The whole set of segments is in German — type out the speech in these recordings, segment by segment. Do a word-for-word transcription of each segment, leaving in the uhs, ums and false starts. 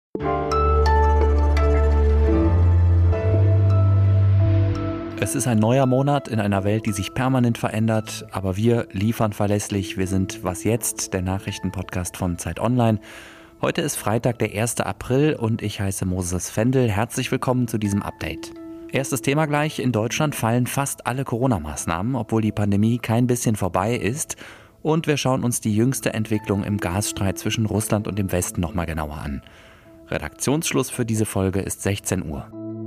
Es ist ein neuer Monat in einer Welt, die sich permanent verändert, aber wir liefern verlässlich. Wir sind Was Jetzt, der Nachrichtenpodcast von Zeit Online. Heute ist Freitag, der erster April und ich heiße Moses Fendel. Herzlich willkommen zu diesem Update. Erstes Thema gleich. In Deutschland fallen fast alle Corona-Maßnahmen, obwohl die Pandemie kein bisschen vorbei ist. Und wir schauen uns die jüngste Entwicklung im Gasstreit zwischen Russland und dem Westen nochmal genauer an. Redaktionsschluss für diese Folge ist sechzehn Uhr.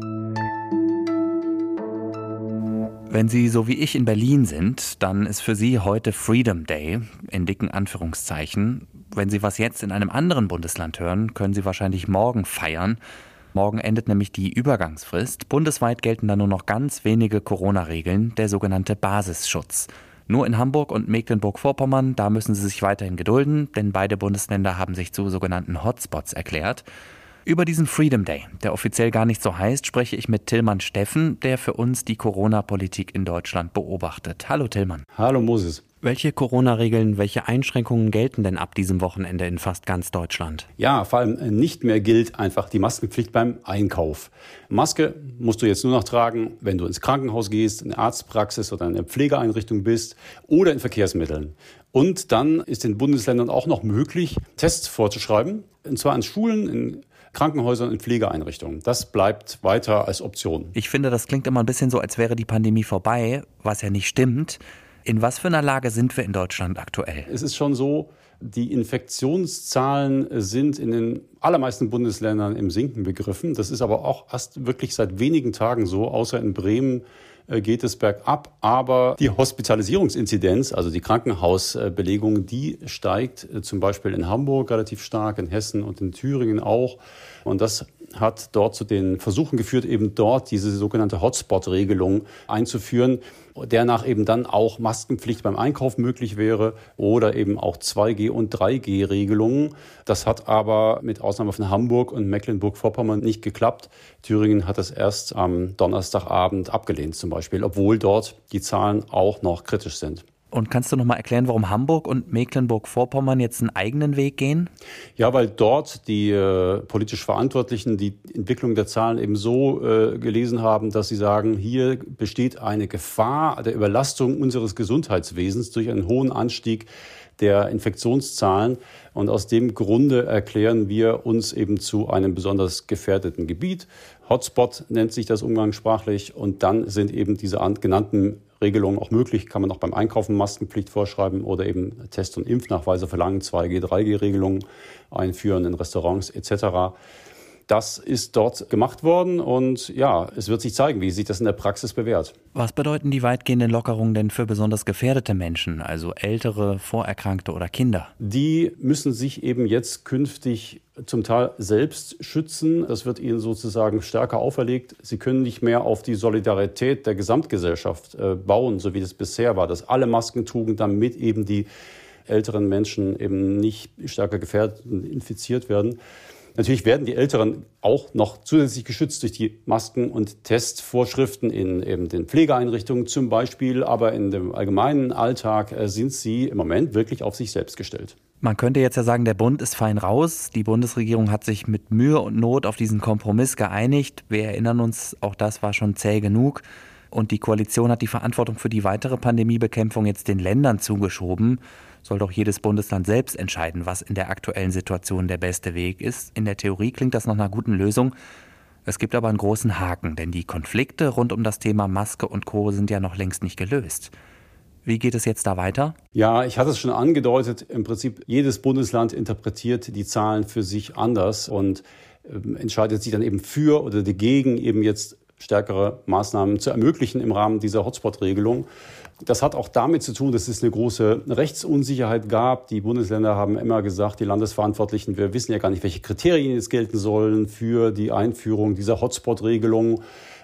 Wenn Sie so wie ich in Berlin sind, dann ist für Sie heute Freedom Day, in dicken Anführungszeichen. Wenn Sie Was Jetzt in einem anderen Bundesland hören, können Sie wahrscheinlich morgen feiern. Morgen endet nämlich die Übergangsfrist. Bundesweit gelten da nur noch ganz wenige Corona-Regeln, der sogenannte Basisschutz. Nur in Hamburg und Mecklenburg-Vorpommern, da müssen Sie sich weiterhin gedulden, denn beide Bundesländer haben sich zu sogenannten Hotspots erklärt. Über diesen Freedom Day, der offiziell gar nicht so heißt, spreche ich mit Tillmann Steffen, der für uns die Corona-Politik in Deutschland beobachtet. Hallo Tillmann. Hallo Moses. Welche Corona-Regeln, welche Einschränkungen gelten denn ab diesem Wochenende in fast ganz Deutschland? Ja, vor allem nicht mehr gilt einfach die Maskenpflicht beim Einkauf. Maske musst du jetzt nur noch tragen, wenn du ins Krankenhaus gehst, in eine Arztpraxis oder in einer Pflegeeinrichtung bist oder in Verkehrsmitteln. Und dann ist den Bundesländern auch noch möglich, Tests vorzuschreiben, und zwar an Schulen, in Krankenhäusern und Pflegeeinrichtungen. Das bleibt weiter als Option. Ich finde, das klingt immer ein bisschen so, als wäre die Pandemie vorbei, was ja nicht stimmt. In was für einer Lage sind wir in Deutschland aktuell? Es ist schon so, die Infektionszahlen sind in den allermeisten Bundesländern im Sinken begriffen. Das ist aber auch erst wirklich seit wenigen Tagen so, außer in Bremen geht es bergab. Aber die Hospitalisierungsinzidenz, also die Krankenhausbelegung, die steigt zum Beispiel in Hamburg relativ stark, in Hessen und in Thüringen auch. Und das hat dort zu den Versuchen geführt, eben dort diese sogenannte Hotspot-Regelung einzuführen, der nach eben dann auch Maskenpflicht beim Einkauf möglich wäre oder eben auch zwei G- und drei G-Regelungen. Das hat aber mit Ausnahme von Hamburg und Mecklenburg-Vorpommern nicht geklappt. Thüringen hat das erst am Donnerstagabend abgelehnt zum Beispiel, obwohl dort die Zahlen auch noch kritisch sind. Und kannst du noch mal erklären, warum Hamburg und Mecklenburg-Vorpommern jetzt einen eigenen Weg gehen? Ja, weil dort die äh, politisch Verantwortlichen die Entwicklung der Zahlen eben so äh, gelesen haben, dass sie sagen, hier besteht eine Gefahr der Überlastung unseres Gesundheitswesens durch einen hohen Anstieg der Infektionszahlen. Und aus dem Grunde erklären wir uns eben zu einem besonders gefährdeten Gebiet. Hotspot nennt sich das umgangssprachlich. Und dann sind eben diese genannten Regelungen auch möglich. Kann man auch beim Einkaufen Maskenpflicht vorschreiben oder eben Test- und Impfnachweise verlangen, zwei G-, drei G-Regelungen einführen in Restaurants et cetera. Das ist dort gemacht worden und ja, es wird sich zeigen, wie sich das in der Praxis bewährt. Was bedeuten die weitgehenden Lockerungen denn für besonders gefährdete Menschen, also Ältere, Vorerkrankte oder Kinder? Die müssen sich eben jetzt künftig zum Teil selbst schützen. Das wird ihnen sozusagen stärker auferlegt. Sie können nicht mehr auf die Solidarität der Gesamtgesellschaft äh, bauen, so wie das bisher war, dass alle Masken trugen, damit eben die älteren Menschen eben nicht stärker gefährdet und infiziert werden. Natürlich werden die Älteren auch noch zusätzlich geschützt durch die Masken- und Testvorschriften in eben den Pflegeeinrichtungen zum Beispiel. Aber in dem allgemeinen Alltag sind sie im Moment wirklich auf sich selbst gestellt. Man könnte jetzt ja sagen, der Bund ist fein raus. Die Bundesregierung hat sich mit Mühe und Not auf diesen Kompromiss geeinigt. Wir erinnern uns, auch das war schon zäh genug. Und die Koalition hat die Verantwortung für die weitere Pandemiebekämpfung jetzt den Ländern zugeschoben. Soll doch jedes Bundesland selbst entscheiden, was in der aktuellen Situation der beste Weg ist. In der Theorie klingt das nach einer guten Lösung. Es gibt aber einen großen Haken, denn die Konflikte rund um das Thema Maske und Co. sind ja noch längst nicht gelöst. Wie geht es jetzt da weiter? Ja, ich hatte es schon angedeutet. Im Prinzip jedes Bundesland interpretiert die Zahlen für sich anders und äh, entscheidet sich dann eben für oder dagegen, eben jetzt stärkere Maßnahmen zu ermöglichen im Rahmen dieser Hotspot-Regelung. Das hat auch damit zu tun, dass es eine große Rechtsunsicherheit gab. Die Bundesländer haben immer gesagt, die Landesverantwortlichen, wir wissen ja gar nicht, welche Kriterien jetzt gelten sollen für die Einführung dieser Hotspot-Regelung.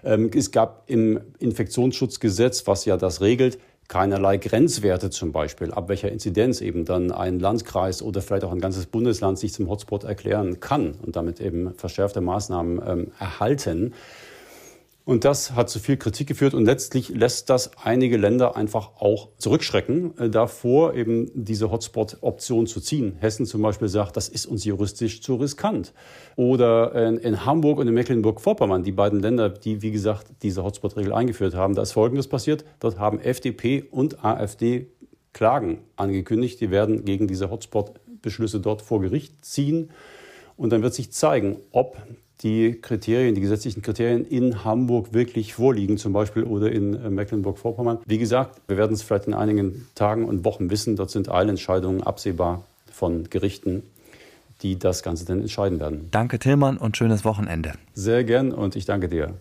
Es gab im Infektionsschutzgesetz, was ja das regelt, keinerlei Grenzwerte zum Beispiel, ab welcher Inzidenz eben dann ein Landkreis oder vielleicht auch ein ganzes Bundesland sich zum Hotspot erklären kann und damit eben verschärfte Maßnahmen ähm, erhalten. Und das hat zu viel Kritik geführt und letztlich lässt das einige Länder einfach auch zurückschrecken, äh, davor eben diese Hotspot-Option zu ziehen. Hessen zum Beispiel sagt, das ist uns juristisch zu riskant. Oder in, in Hamburg und in Mecklenburg-Vorpommern, die beiden Länder, die, wie gesagt, diese Hotspot-Regel eingeführt haben, da ist Folgendes passiert. Dort haben F D P und AfD Klagen angekündigt. Die werden gegen diese Hotspot-Beschlüsse dort vor Gericht ziehen. Und dann wird sich zeigen, ob die Kriterien, die gesetzlichen Kriterien in Hamburg wirklich vorliegen, zum Beispiel, oder in Mecklenburg-Vorpommern. Wie gesagt, wir werden es vielleicht in einigen Tagen und Wochen wissen. Dort sind Eilentscheidungen absehbar von Gerichten, die das Ganze dann entscheiden werden. Danke, Tillmann, und schönes Wochenende. Sehr gern und ich danke dir.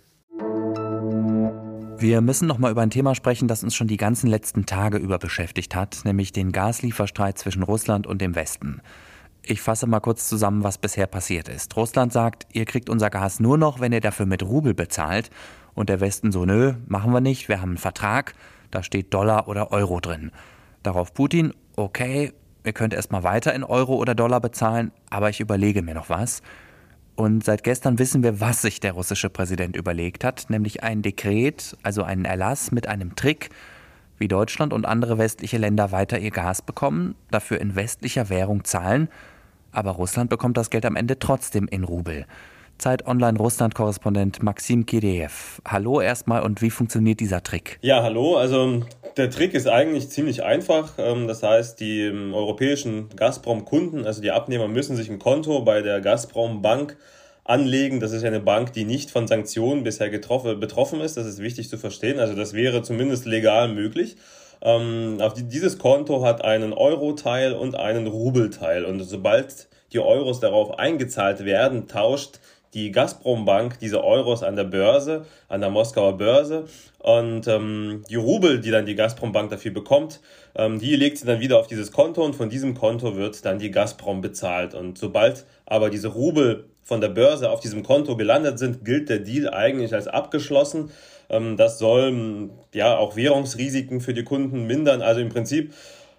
Wir müssen noch mal über ein Thema sprechen, das uns schon die ganzen letzten Tage über beschäftigt hat, nämlich den Gaslieferstreit zwischen Russland und dem Westen. Ich fasse mal kurz zusammen, was bisher passiert ist. Russland sagt, ihr kriegt unser Gas nur noch, wenn ihr dafür mit Rubel bezahlt. Und der Westen so, nö, machen wir nicht, wir haben einen Vertrag, da steht Dollar oder Euro drin. Darauf Putin, okay, ihr könnt erstmal weiter in Euro oder Dollar bezahlen, aber ich überlege mir noch was. Und seit gestern wissen wir, was sich der russische Präsident überlegt hat, nämlich ein Dekret, also einen Erlass mit einem Trick, wie Deutschland und andere westliche Länder weiter ihr Gas bekommen, dafür in westlicher Währung zahlen. Aber Russland bekommt das Geld am Ende trotzdem in Rubel. Zeit Online Russland-Korrespondent Maxim Kireev. Hallo erstmal, und wie funktioniert dieser Trick? Ja, hallo. Also der Trick ist eigentlich ziemlich einfach. Das heißt, die europäischen Gazprom-Kunden, also die Abnehmer, müssen sich ein Konto bei der Gazprom-Bank anlegen. Das ist eine Bank, die nicht von Sanktionen bisher getroffen, betroffen ist. Das ist wichtig zu verstehen. Also das wäre zumindest legal möglich. Ähm, auf die, dieses Konto hat einen Euro-Teil und einen Rubel-Teil. Und sobald die Euros darauf eingezahlt werden, tauscht die Gazprom-Bank diese Euros an der Börse, an der Moskauer Börse. Und ähm, die Rubel, die dann die Gazprom-Bank dafür bekommt, ähm, die legt sie dann wieder auf dieses Konto und von diesem Konto wird dann die Gazprom bezahlt. Und sobald aber diese Rubel von der Börse auf diesem Konto gelandet sind, gilt der Deal eigentlich als abgeschlossen. Das soll ja auch Währungsrisiken für die Kunden mindern. Also im Prinzip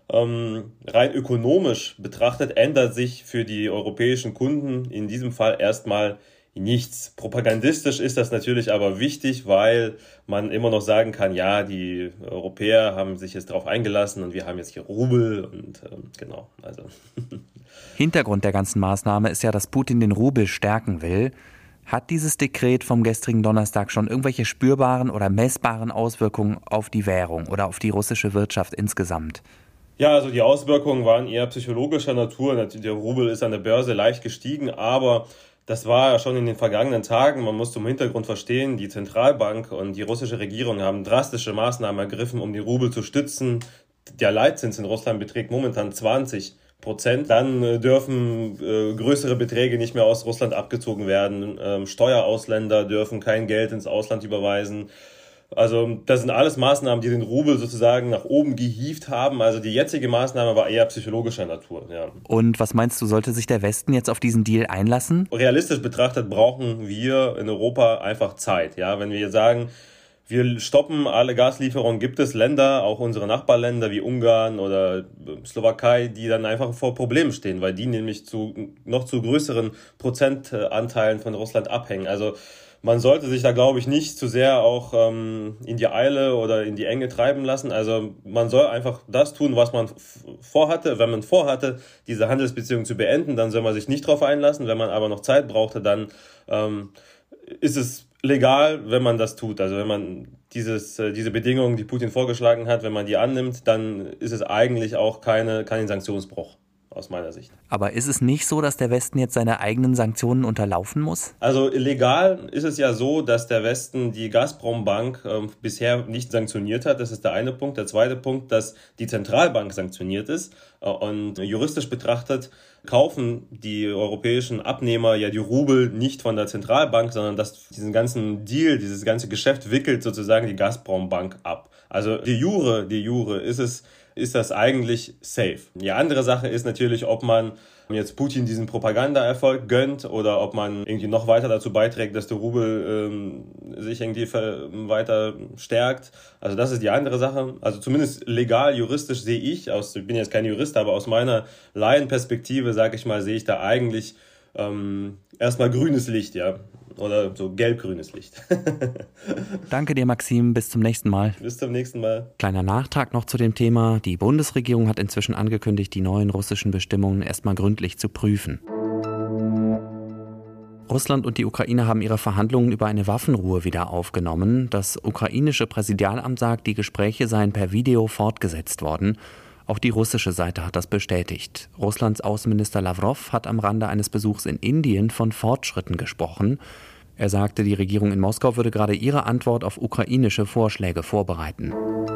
ähm, rein ökonomisch betrachtet ändert sich für die europäischen Kunden in diesem Fall erstmal nichts. Propagandistisch ist das natürlich aber wichtig, weil man immer noch sagen kann, ja, die Europäer haben sich jetzt darauf eingelassen und wir haben jetzt hier Rubel und ähm, genau. Also Hintergrund der ganzen Maßnahme ist ja, dass Putin den Rubel stärken will. Hat dieses Dekret vom gestrigen Donnerstag schon irgendwelche spürbaren oder messbaren Auswirkungen auf die Währung oder auf die russische Wirtschaft insgesamt? Ja, also die Auswirkungen waren eher psychologischer Natur. Der Rubel ist an der Börse leicht gestiegen, aber das war ja schon in den vergangenen Tagen. Man muss zum Hintergrund verstehen, die Zentralbank und die russische Regierung haben drastische Maßnahmen ergriffen, um den Rubel zu stützen. Der Leitzins in Russland beträgt momentan zwanzig Prozent. Dann äh, dürfen äh, größere Beträge nicht mehr aus Russland abgezogen werden. Ähm, Steuerausländer dürfen kein Geld ins Ausland überweisen. Also das sind alles Maßnahmen, die den Rubel sozusagen nach oben gehievt haben. Also die jetzige Maßnahme war eher psychologischer Natur. Ja. Und was meinst du, sollte sich der Westen jetzt auf diesen Deal einlassen? Realistisch betrachtet brauchen wir in Europa einfach Zeit. Ja, wenn wir sagen, wir stoppen alle Gaslieferungen, gibt es Länder, auch unsere Nachbarländer wie Ungarn oder Slowakei, die dann einfach vor Problemen stehen, weil die nämlich zu noch zu größeren Prozentanteilen von Russland abhängen. Also man sollte sich da, glaube ich, nicht zu sehr auch ähm, in die Eile oder in die Enge treiben lassen. Also man soll einfach das tun, was man f- vorhatte. Wenn man vorhatte, diese Handelsbeziehung zu beenden, dann soll man sich nicht drauf einlassen. Wenn man aber noch Zeit brauchte, dann ähm, ist es legal, wenn man das tut. Also wenn man dieses, äh, diese Bedingungen, die Putin vorgeschlagen hat, wenn man die annimmt, dann ist es eigentlich auch keine, kein Sanktionsbruch. Aus meiner Sicht. Aber ist es nicht so, dass der Westen jetzt seine eigenen Sanktionen unterlaufen muss? Also legal ist es ja so, dass der Westen die Gazprom-Bank äh, bisher nicht sanktioniert hat. Das ist der eine Punkt. Der zweite Punkt, dass die Zentralbank sanktioniert ist. Äh, und juristisch betrachtet kaufen die europäischen Abnehmer ja die Rubel nicht von der Zentralbank, sondern dass diesen ganzen Deal, dieses ganze Geschäft wickelt sozusagen die Gazprom-Bank ab. Also de jure, de jure ist es ist das eigentlich safe. Die andere Sache ist natürlich, ob man jetzt Putin diesen Propagandaerfolg gönnt oder ob man irgendwie noch weiter dazu beiträgt, dass der Rubel ähm, sich irgendwie weiter stärkt. Also das ist die andere Sache. Also zumindest legal, juristisch sehe ich, aus, ich bin jetzt kein Jurist, aber aus meiner Laienperspektive, sage ich mal, sehe ich da eigentlich ähm, erstmal grünes Licht, ja. oder so gelb-grünes Licht. Danke dir, Maxim. Bis zum nächsten Mal. Bis zum nächsten Mal. Kleiner Nachtrag noch zu dem Thema. Die Bundesregierung hat inzwischen angekündigt, die neuen russischen Bestimmungen erstmal gründlich zu prüfen. Russland und die Ukraine haben ihre Verhandlungen über eine Waffenruhe wieder aufgenommen. Das ukrainische Präsidialamt sagt, die Gespräche seien per Video fortgesetzt worden. Auch die russische Seite hat das bestätigt. Russlands Außenminister Lavrov hat am Rande eines Besuchs in Indien von Fortschritten gesprochen. Er sagte, die Regierung in Moskau würde gerade ihre Antwort auf ukrainische Vorschläge vorbereiten.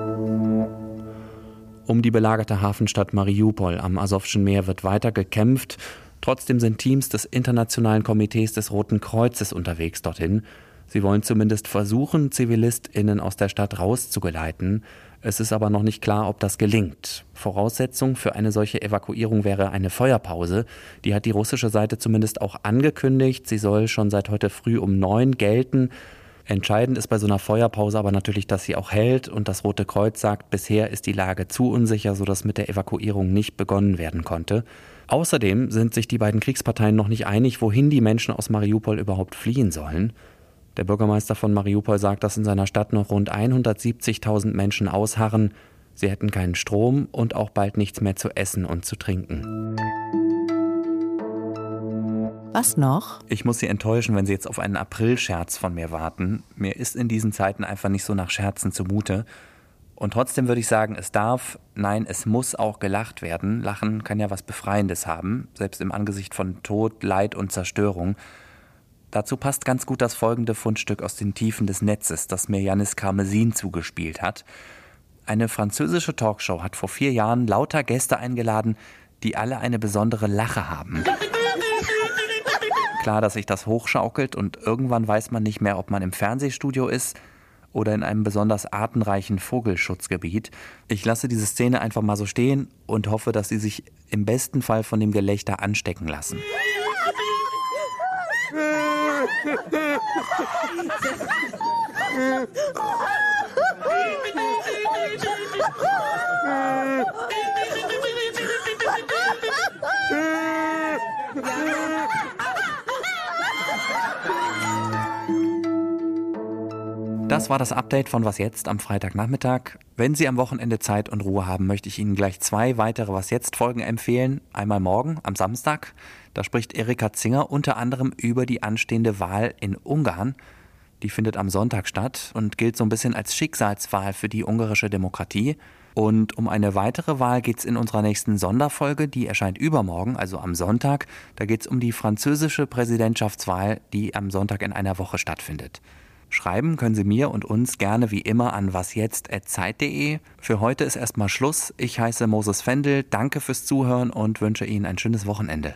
Um die belagerte Hafenstadt Mariupol am Asowschen Meer wird weiter gekämpft. Trotzdem sind Teams des Internationalen Komitees des Roten Kreuzes unterwegs dorthin. Sie wollen zumindest versuchen, ZivilistInnen aus der Stadt rauszugeleiten. Es ist aber noch nicht klar, ob das gelingt. Voraussetzung für eine solche Evakuierung wäre eine Feuerpause. Die hat die russische Seite zumindest auch angekündigt. Sie soll schon seit heute früh um neun gelten. Entscheidend ist bei so einer Feuerpause aber natürlich, dass sie auch hält. Und das Rote Kreuz sagt, bisher ist die Lage zu unsicher, sodass mit der Evakuierung nicht begonnen werden konnte. Außerdem sind sich die beiden Kriegsparteien noch nicht einig, wohin die Menschen aus Mariupol überhaupt fliehen sollen. Der Bürgermeister von Mariupol sagt, dass in seiner Stadt noch rund hundertsiebzigtausend Menschen ausharren. Sie hätten keinen Strom und auch bald nichts mehr zu essen und zu trinken. Was noch? Ich muss Sie enttäuschen, wenn Sie jetzt auf einen Aprilscherz von mir warten. Mir ist in diesen Zeiten einfach nicht so nach Scherzen zumute. Und trotzdem würde ich sagen, es darf, nein, es muss auch gelacht werden. Lachen kann ja was Befreiendes haben, selbst im Angesicht von Tod, Leid und Zerstörung. Dazu passt ganz gut das folgende Fundstück aus den Tiefen des Netzes, das mir Yannis Karmesin zugespielt hat. Eine französische Talkshow hat vor vier Jahren lauter Gäste eingeladen, die alle eine besondere Lache haben. Klar, dass sich das hochschaukelt und irgendwann weiß man nicht mehr, ob man im Fernsehstudio ist oder in einem besonders artenreichen Vogelschutzgebiet. Ich lasse diese Szene einfach mal so stehen und hoffe, dass sie sich im besten Fall von dem Gelächter anstecken lassen. Das war das Update von Was Jetzt am Freitagnachmittag. Wenn Sie am Wochenende Zeit und Ruhe haben, möchte ich Ihnen gleich zwei weitere Was Jetzt-Folgen empfehlen. Einmal morgen, am Samstag. Da spricht Erika Zinger unter anderem über die anstehende Wahl in Ungarn. Die findet am Sonntag statt und gilt so ein bisschen als Schicksalswahl für die ungarische Demokratie. Und um eine weitere Wahl geht es in unserer nächsten Sonderfolge, die erscheint übermorgen, also am Sonntag. Da geht es um die französische Präsidentschaftswahl, die am Sonntag in einer Woche stattfindet. Schreiben können Sie mir und uns gerne wie immer an wasjetzt at zeit punkt de. Für heute ist erstmal Schluss. Ich heiße Moses Fendel, danke fürs Zuhören und wünsche Ihnen ein schönes Wochenende.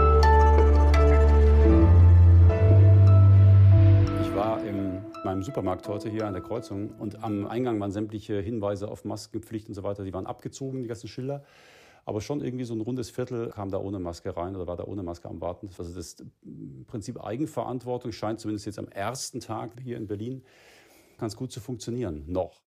Ich war in meinem Supermarkt heute hier an der Kreuzung und am Eingang waren sämtliche Hinweise auf Maskenpflicht und so weiter, die waren abgezogen, die ganzen Schilder. Aber schon irgendwie so ein rundes Viertel kam da ohne Maske rein oder war da ohne Maske am Warten. Also das Prinzip Eigenverantwortung scheint zumindest jetzt am ersten Tag hier in Berlin ganz gut zu funktionieren. Noch.